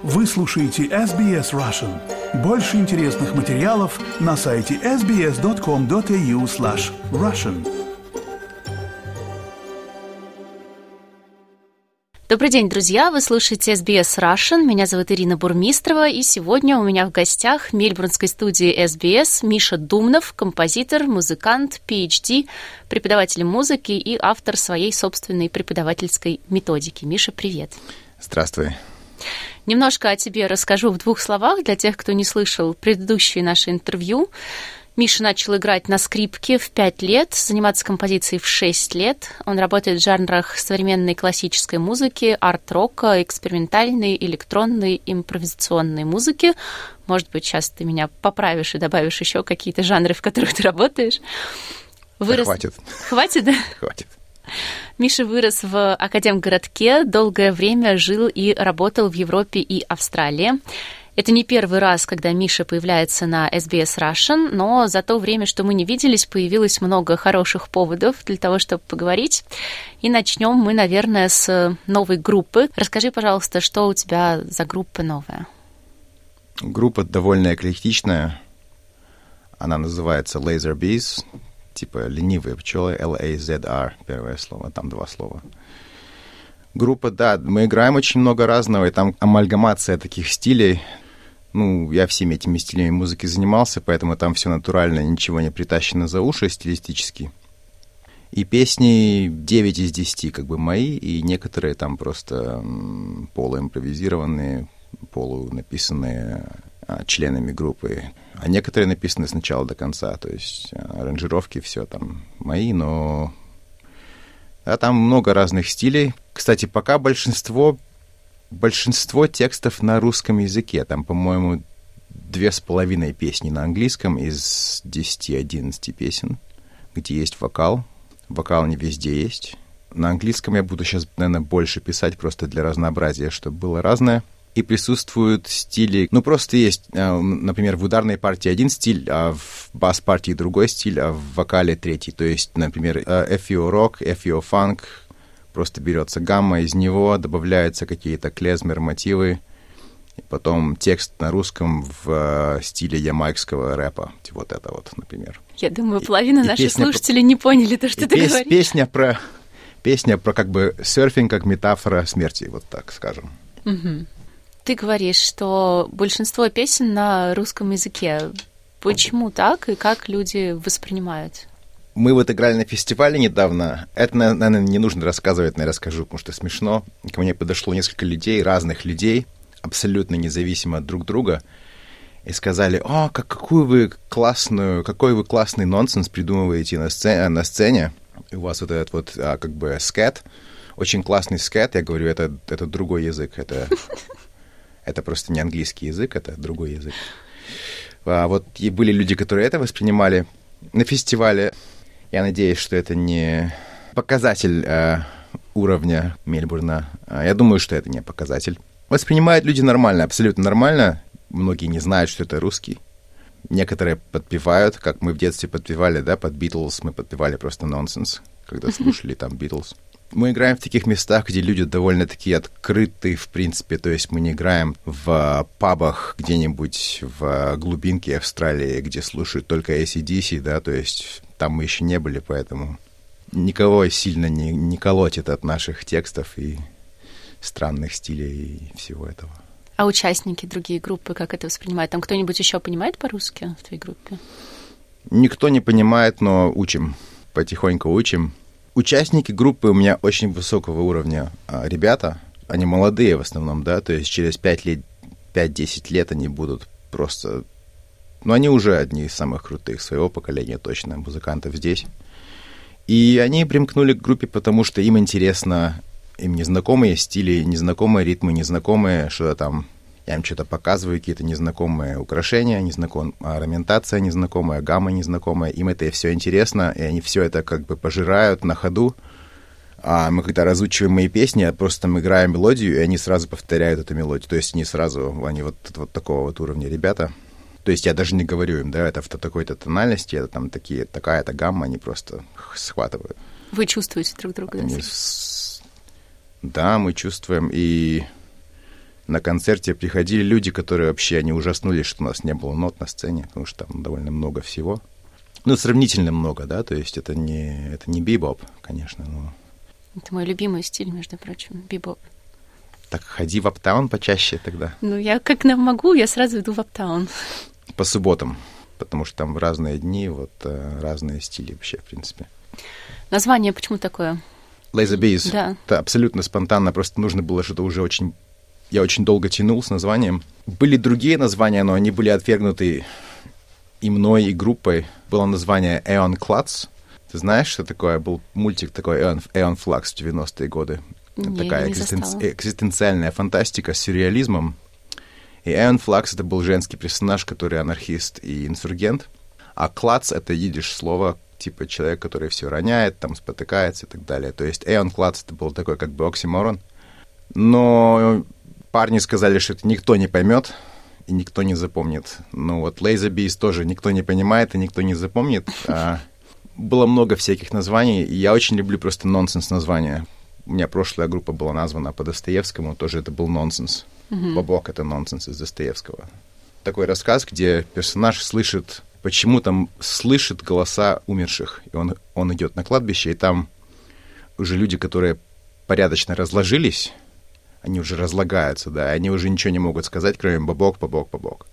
Вы слушаете SBS Russian. Больше интересных материалов на сайте sbs.com.au/russian. Добрый день, друзья! Вы слушаете SBS Russian. Меня зовут Ирина Бурмистрова, и сегодня у меня в гостях в мельбурнской студии SBS Миша Думнов, композитор, музыкант, PhD, преподаватель музыки и автор своей собственной преподавательской методики. Миша, привет! Здравствуй! Немножко о тебе расскажу в двух словах для тех, кто не слышал предыдущие наши интервью. Миша начал играть на скрипке в 5 лет, заниматься композицией в 6 лет. Он работает в жанрах современной классической музыки, арт-рока, экспериментальной, электронной, импровизационной музыки. Может быть, сейчас ты меня поправишь и добавишь еще какие-то жанры, в которых ты работаешь. Хватит. Хватит, да? Хватит. Миша вырос в Академгородке, долгое время жил и работал в Европе и Австралии. Это не первый раз, когда Миша появляется на SBS Russian, но за то время, что мы не виделись, появилось много хороших поводов для того, чтобы поговорить. И начнем мы, наверное, с новой группы. Расскажи, пожалуйста, что у тебя за группа новая? Группа довольно эклектичная. Она называется Laser Bees, типа ленивые пчелы, L-A-Z-R, первое слово, там 2 слова. Группа, да, мы играем очень много разного, и там амальгамация таких стилей. Ну, я всеми этими стилями музыки занимался, поэтому там все натурально, ничего не притащено за уши стилистически. И песни 9 из 10 как бы мои, и некоторые там просто полуимпровизированные, полунаписанные членами группы. А некоторые написаны с начала до конца, то есть аранжировки все там мои, но да, там много разных стилей. Кстати, пока большинство текстов на русском языке. Там, по-моему, 2,5 песни на английском из 10-11 песен, где есть вокал. Вокал не везде есть. На английском я буду сейчас, наверное, больше писать просто для разнообразия, чтобы было разное. И присутствуют стили... Ну, просто есть, например, в ударной партии один стиль, а в бас-партии другой стиль, а в вокале третий. То есть, например, FEO-рок, FEO-фанк. Просто берется гамма, из него добавляются какие-то клезмер-мотивы. И потом текст на русском в стиле ямайского рэпа. Вот это вот, например. Я думаю, половина наших слушателей не поняли то, что ты говоришь. Песня про как бы серфинг как метафора смерти, вот так скажем. Угу. Ты говоришь, что большинство песен на русском языке. Почему так и как люди воспринимают? Мы вот играли на фестивале недавно. Это, наверное, не нужно рассказывать, но я расскажу, потому что смешно. Ко мне подошло несколько людей, разных людей, абсолютно независимо друг от друга, и сказали: «О, какой вы классный нонсенс придумываете на сцене. И у вас вот этот вот как бы скет, очень классный скет». Я говорю, это другой язык, это просто не английский язык, это другой язык. Вот и были люди, которые это воспринимали на фестивале. Я надеюсь, что это не показатель уровня Мельбурна. Я думаю, что это не показатель. Воспринимают люди нормально, абсолютно нормально. Многие не знают, что это русский. Некоторые подпевают, как мы в детстве подпевали, да, под Beatles. Мы подпевали просто нонсенс, когда слушали там Beatles. Мы играем в таких местах, где люди довольно-таки открыты, в принципе. То есть мы не играем в пабах где-нибудь в глубинке Австралии, где слушают только AC/DC, да, то есть там мы еще не были, поэтому никого сильно не колотит от наших текстов и странных стилей и всего этого. А участники, другие группы, как это воспринимают? Там кто-нибудь еще понимает по-русски в твоей группе? Никто не понимает, но учим, потихоньку учим. Участники группы у меня очень высокого уровня ребята. Они молодые в основном, да, то есть через 5-10 лет они будут просто... Ну, они уже одни из самых крутых своего поколения, точно, музыкантов здесь. И они примкнули к группе, потому что им интересно, им незнакомые стили, незнакомые ритмы, незнакомые что-то там... Я им что-то показываю, какие-то незнакомые украшения, орнаментация незнакомая, гамма незнакомая. Им это все интересно, и они все это как бы пожирают на ходу. А мы когда разучиваем мои песни, просто там играем мелодию, и они сразу повторяют эту мелодию. То есть они вот такого вот уровня ребята. То есть я даже не говорю им, да, это в такой-то тональности, это там такая-то гамма, они просто схватывают. Вы чувствуете друг друга, да? Да, мы чувствуем, и На концерте приходили люди, которые вообще, они ужаснулись, что у нас не было нот на сцене, потому что там довольно много всего. Ну, сравнительно много, да, то есть это не бибоп, конечно, но... Это мой любимый стиль, между прочим, бибоп. Так ходи в аптаун почаще тогда. Ну, я как могу, я сразу иду в аптаун. По субботам, потому что там в разные дни, вот разные стили вообще, в принципе. Название почему такое? Laser Bees. Да. Это абсолютно спонтанно, просто нужно было что-то уже очень... Я очень долго тянул с названием. Были другие названия, но они были отвергнуты и мной, и группой. Было название Aeon Flux. Ты знаешь, что такое? Был мультик такой Aeon Flux в 90-е годы. Не, такая не экзистенциальная фантастика с сюрреализмом. И Aeon Flux — это был женский персонаж, который анархист и инсургент. А Klutz — это идиш слово, типа человек, который все роняет, там спотыкается и так далее. То есть Aeon Klutz — это был такой как бы оксиморон. Но парни сказали, что это никто не поймет и никто не запомнит. Ну вот Laser Bees тоже никто не понимает и никто не запомнит. Было много всяких названий, и я очень люблю просто нонсенс названия. У меня прошлая группа была названа по Достоевскому, тоже это был нонсенс. Бобок — это нонсенс из Достоевского. Такой рассказ, где персонаж слышит, почему-то слышит голоса умерших. И он идет на кладбище, и там уже люди, которые порядочно разложились, они уже разлагаются, да, они уже ничего не могут сказать, кроме «бобок, бобок, бобок».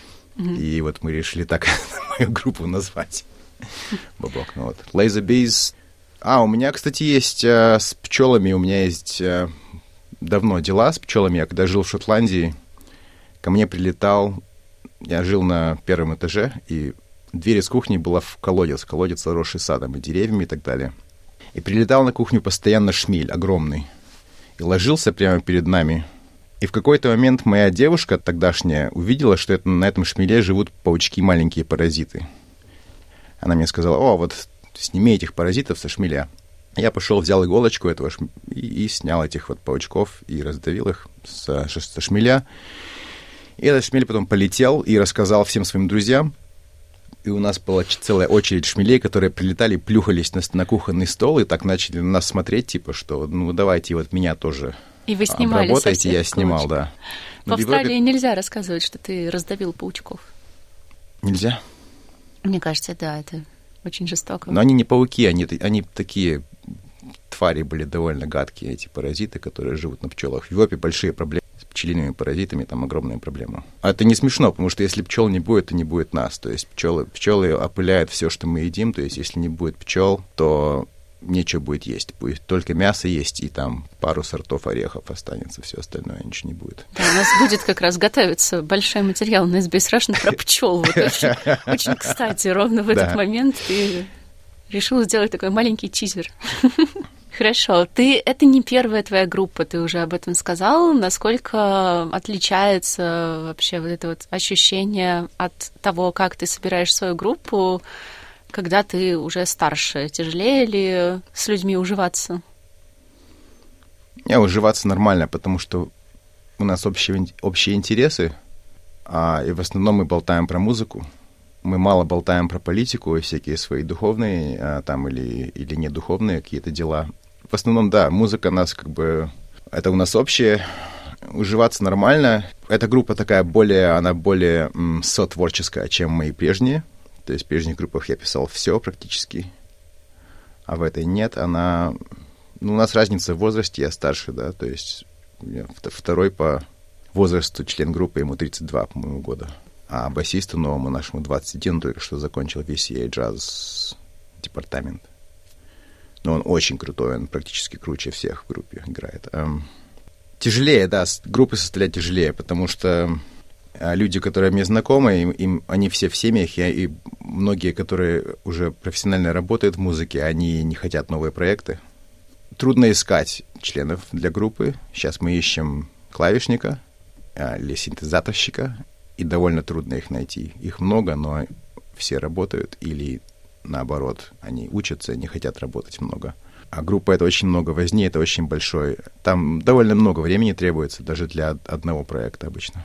И вот мы решили так мою группу назвать. Бобок, ну вот. Laser Bees. У меня, кстати, есть с пчелами, у меня есть давно дела с пчелами. Я когда жил в Шотландии, ко мне прилетал, я жил на первом этаже, и дверь из кухни была в колодец, заросший садом и деревьями и так далее. И прилетал на кухню постоянно шмель огромный. И ложился прямо перед нами. И в какой-то момент моя девушка тогдашняя увидела, что на этом шмеле живут паучки, маленькие паразиты. Она мне сказала: вот сними этих паразитов со шмеля. Я пошел, взял иголочку этого и снял этих вот паучков и раздавил их со шмеля. И этот шмель потом полетел и рассказал всем своим друзьям. И у нас была целая очередь шмелей, которые прилетали, плюхались на кухонный стол и так начали на нас смотреть, типа, что ну давайте вот меня тоже и вы снимали обработайте. Я снимал, да. В Австралии нельзя рассказывать, что ты раздавил паучков. Нельзя? Мне кажется, да, это очень жестоко. Но они не пауки, они такие твари были довольно гадкие, эти паразиты, которые живут на пчелах. В Европе большие проблемы с пчелиными паразитами, там огромная проблема. А это не смешно, потому что если пчел не будет, то не будет нас. То есть пчелы опыляют все, что мы едим. То есть если не будет пчел, то нечего будет есть. Будет только мясо есть, и там пару сортов орехов останется, все остальное ничего не будет. Да, у нас будет как раз готовиться большой материал на SBS Russian про пчел. Вот очень кстати, ровно в этот момент ты решил сделать такой маленький тизер. Хорошо. Это не первая твоя группа, ты уже об этом сказал. Насколько отличается вообще вот это вот ощущение от того, как ты собираешь свою группу, когда ты уже старше? Тяжелее ли с людьми уживаться? Уживаться нормально, потому что у нас общие интересы, и в основном мы болтаем про музыку. Мы мало болтаем про политику и всякие свои духовные там или недуховные какие-то дела. В основном, да, музыка нас это у нас общее. Уживаться нормально. Эта группа такая она более сотворческая, чем мои прежние. То есть в прежних группах я писал все практически, а в этой нет. У нас разница в возрасте, я старше, да, то есть я второй по возрасту член группы, ему 32, по-моему, года. А басисту новому нашему 21, только что закончил VCA Jazz департамент. Но он очень крутой, он практически круче всех в группе играет. Тяжелее, да, группы составлять тяжелее, потому что люди, которые мне знакомы, они все в семьях, и многие, которые уже профессионально работают в музыке, они не хотят новые проекты. Трудно искать членов для группы. Сейчас мы ищем клавишника или синтезаторщика, и довольно трудно их найти. Их много, но все работают или, наоборот, они учатся, не хотят работать много. А группа — это очень много возни, это очень большой. Там довольно много времени требуется даже для одного проекта обычно.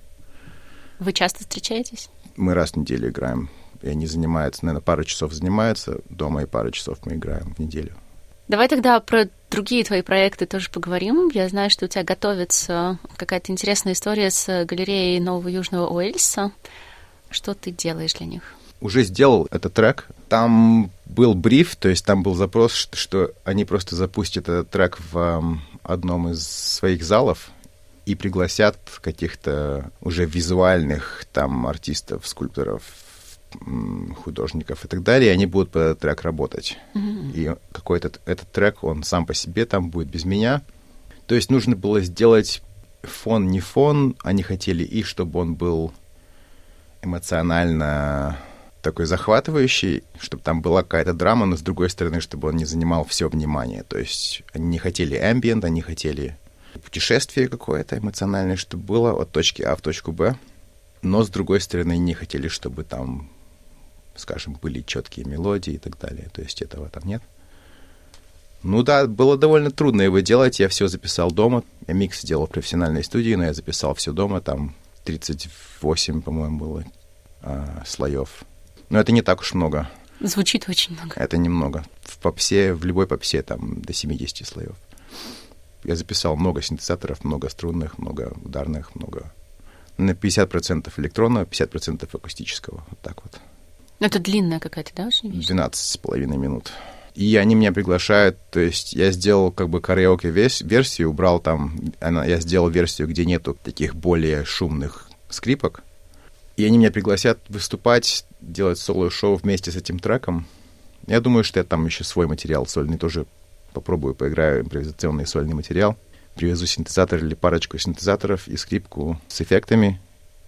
Вы часто встречаетесь? Мы раз в неделю играем. И они занимаются, наверное, пару часов занимаются дома, и пару часов мы играем в неделю. Давай тогда про другие твои проекты тоже поговорим. Я знаю, что у тебя готовится какая-то интересная история с галереей Нового Южного Уэльса. Что ты делаешь для них? Уже сделал этот трек. Там был бриф, то есть там был запрос, что они просто запустят этот трек в одном из своих залов и пригласят каких-то уже визуальных там артистов, скульпторов, художников и так далее, и они будут по этот трек работать. И какой-то этот трек, он сам по себе там будет без меня. То есть нужно было сделать фон, не фон, они хотели и чтобы он был эмоционально такой захватывающий, чтобы там была какая-то драма, но с другой стороны, чтобы он не занимал все внимание. То есть они не хотели ambient, они хотели путешествие какое-то эмоциональное, чтобы было от точки А в точку Б, но с другой стороны не хотели, чтобы там, скажем, были четкие мелодии и так далее. То есть этого там нет. Ну да, было довольно трудно его делать. Я все записал дома. Я микс делал в профессиональной студии, но я записал все дома. Там 38, по-моему, было слоев. Но это не так уж много. Звучит очень много. Это немного. В попсе, в любой попсе там до 70 слоев. Я записал много синтезаторов, много струнных, много ударных, много... На 50% электронного, 50% акустического. Вот так вот. Это длинная какая-то, да, очень вещь? 12,5 минут. И они меня приглашают, то есть я сделал как бы караоке-версию, убрал там... Я сделал версию, где нету таких более шумных скрипок. И они меня пригласят выступать, делать соло-шоу вместе с этим треком. Я думаю, что я там еще свой материал сольный тоже попробую, поиграю импровизационный сольный материал. Привезу синтезатор или парочку синтезаторов и скрипку с эффектами.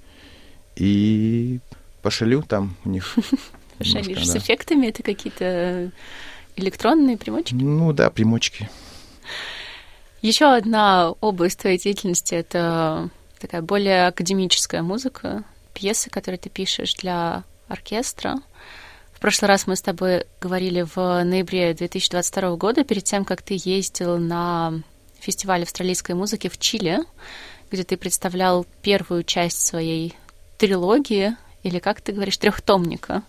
И пошалю там у них. Пошалишь с эффектами? Это какие-то электронные примочки? Ну да, примочки. Еще одна область твоей деятельности — это такая более академическая музыка. Пьесы, которые ты пишешь для оркестра. В прошлый раз мы с тобой говорили в ноябре 2022 года, перед тем, как ты ездил на фестиваль австралийской музыки в Чили, где ты представлял первую часть своей трилогии, или, как ты говоришь, трехтомника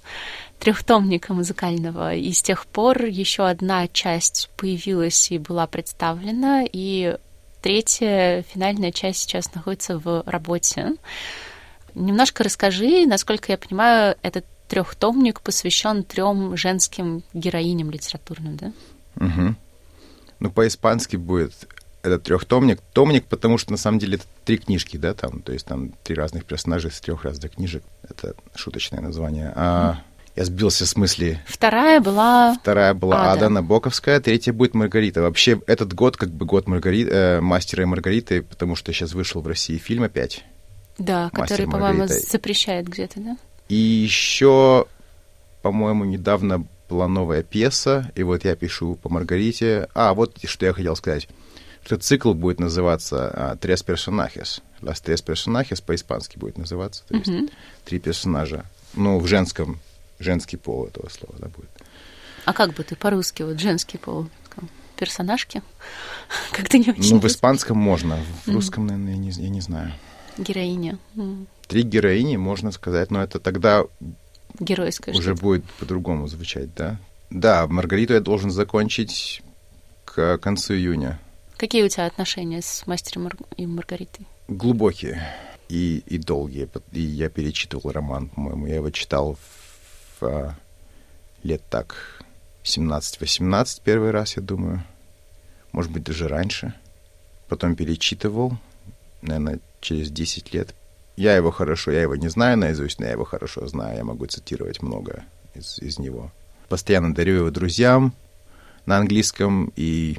музыкального. И с тех пор еще одна часть появилась и была представлена, и третья, финальная часть сейчас находится в работе. Немножко расскажи, насколько я понимаю, этот трехтомник посвящен 3 женским героиням литературным, да? Угу. Ну, по-испански будет этот трехтомник. Томник, потому что, на самом деле, это 3 книжки, да, там, то есть там 3 разных персонажа из 3 разных книжек. Это шуточное название. Я сбился с мысли. Вторая была Ада Набоковская, 3 будет Маргарита. Вообще, этот год как бы год Мастера и Маргариты, потому что сейчас вышел в России фильм опять. Да, который, по-моему, запрещает где-то, да? И еще, по-моему, недавно была новая пьеса, и вот я пишу по Маргарите. Вот что я хотел сказать. Что цикл будет называться «Tres personajes». «Las tres personajes» по-испански будет называться. То есть 3 персонажа. Ну, в женский пол этого слова, да, будет. А как бы ты по-русски, вот женский пол, персонажки? Как-то не очень... Ну, в испанском можно, в русском, наверное, я не знаю. Героиня. 3 героини, можно сказать, но это тогда геройское уже будет по-другому звучать, да? Да, Маргариту я должен закончить к концу июня. Какие у тебя отношения с Мастером и Маргаритой? Глубокие и долгие. И я перечитывал роман, по-моему. Я его читал в лет так 17-18 первый раз, я думаю. Может быть, даже раньше. Потом перечитывал, наверное, через 10 лет. Я его не знаю наизусть, но я его хорошо знаю. Я могу цитировать много из него. Постоянно дарю его друзьям на английском, и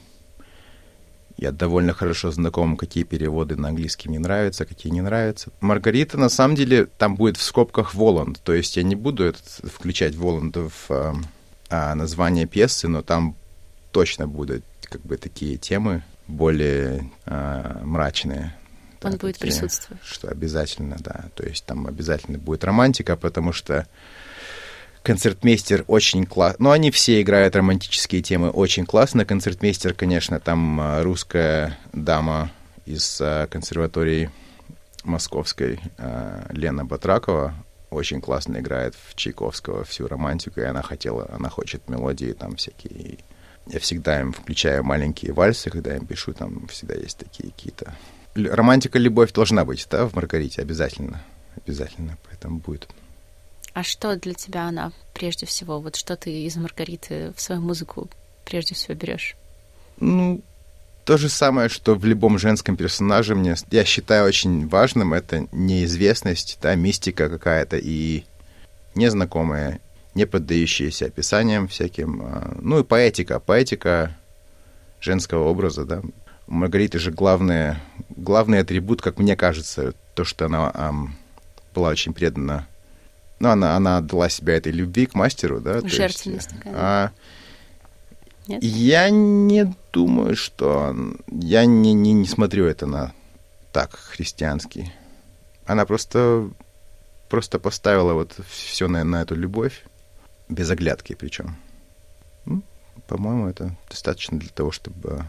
я довольно хорошо знаком, какие переводы на английский мне нравятся, какие не нравятся. Маргарита, на самом деле, там будет в скобках Воланд. То есть я не буду включать Воланда в название пьесы, но там точно будут как бы такие темы более мрачные. Он будет присутствовать. Что обязательно, да. То есть там обязательно будет романтика, потому что концертмейстер очень классно. Ну, они все играют романтические темы очень классно. Концертмейстер, конечно, там русская дама из консерватории московской, Лена Батракова, очень классно играет в Чайковского всю романтику, и она хочет мелодии там всякие. Я всегда им включаю маленькие вальсы, когда я им пишу, там всегда есть такие какие-то... Романтика, любовь должна быть, да, в Маргарите, обязательно. Обязательно, поэтому будет. А что для тебя она прежде всего? Вот что ты из Маргариты в свою музыку прежде всего берешь? Ну, то же самое, что в любом женском персонаже я считаю очень важным, это неизвестность, да, мистика какая-то и незнакомая, не поддающаяся описаниям всяким. Ну и поэтика женского образа, да. У Маргариты же главный атрибут, как мне кажется, то, что она была очень предана. Ну, она отдала себя этой любви к мастеру, да. Жертвенность такая. Нет? Я не думаю, что... Я не смотрю это на так христиански. Она просто поставила вот все на эту любовь, без оглядки причем. Ну, по-моему, это достаточно для того, чтобы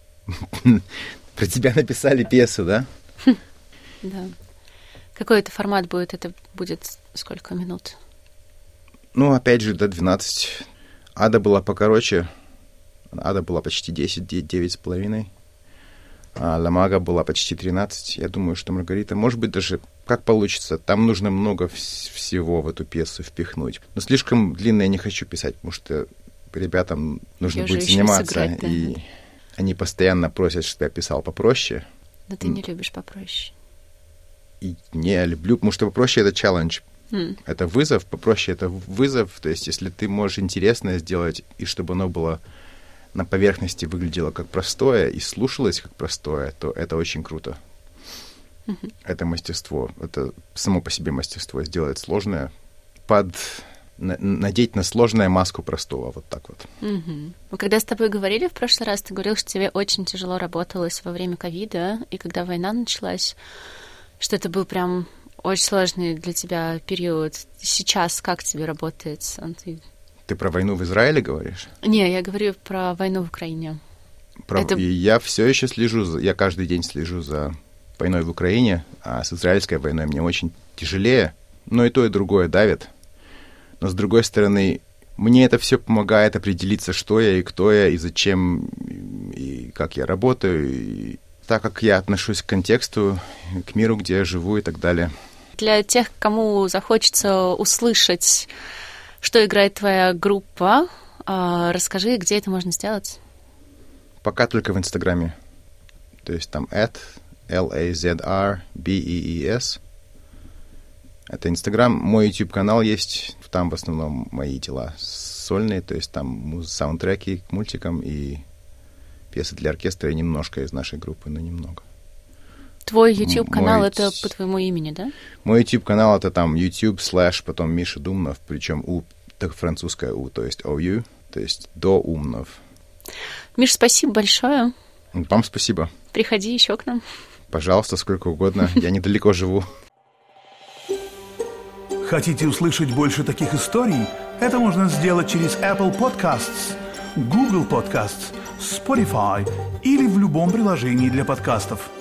про тебя написали пьесу, да? Да. Какой это формат будет? Это будет сколько минут? Ну, опять же, до 12. Ада была покороче. Ада была почти 10, 9,5. А Ла Мага была почти 13. Я думаю, что Маргарита, может быть, даже как получится. Там нужно много всего в эту пьесу впихнуть. Но слишком длинно я не хочу писать, потому что ребятам нужно будет заниматься. Сыграть, да. И они постоянно просят, чтобы я писал попроще. Но ты не любишь попроще. И не, я люблю, потому что попроще — это челлендж. Это вызов, попроще — это вызов. То есть если ты можешь интересное сделать, и чтобы оно было на поверхности выглядело как простое и слушалось как простое, то это очень круто. Это мастерство. Это само по себе мастерство. Сделать сложное, надеть на сложное маску простого. Вот так вот. Мы когда с тобой говорили в прошлый раз, ты говорил, что тебе очень тяжело работалось во время ковида, и когда война началась, что это был прям очень сложный для тебя период. Сейчас как тебе работает? Ты про войну в Израиле говоришь? Не, я говорю про войну в Украине. И я все еще слежу, я каждый день слежу за войной в Украине, а с израильской войной мне очень тяжелее, но и то, и другое давит. Но, с другой стороны, мне это все помогает определиться, что я и кто я, и зачем, и как я работаю, и так как я отношусь к контексту, к миру, где я живу и так далее. Для тех, кому захочется услышать, что играет твоя группа, расскажи, где это можно сделать? Пока только в Инстаграме. То есть там @LAZRBEES. Это Инстаграм. Мой YouTube-канал есть. Там в основном мои дела сольные. То есть там саундтреки к мультикам и пьесы для оркестра. И немножко из нашей группы, но немного. Твой YouTube-канал это по твоему имени, да? Мой YouTube-канал это там YouTube/ потом Миша Думнов. Причем У, так французское У, то есть OU, то есть до Умнов. Миш, спасибо большое. Вам спасибо. Приходи еще к нам. Пожалуйста, сколько угодно. Я недалеко живу. Хотите услышать больше таких историй? Это можно сделать через Apple Podcasts, Google Podcasts, Spotify или в любом приложении для подкастов.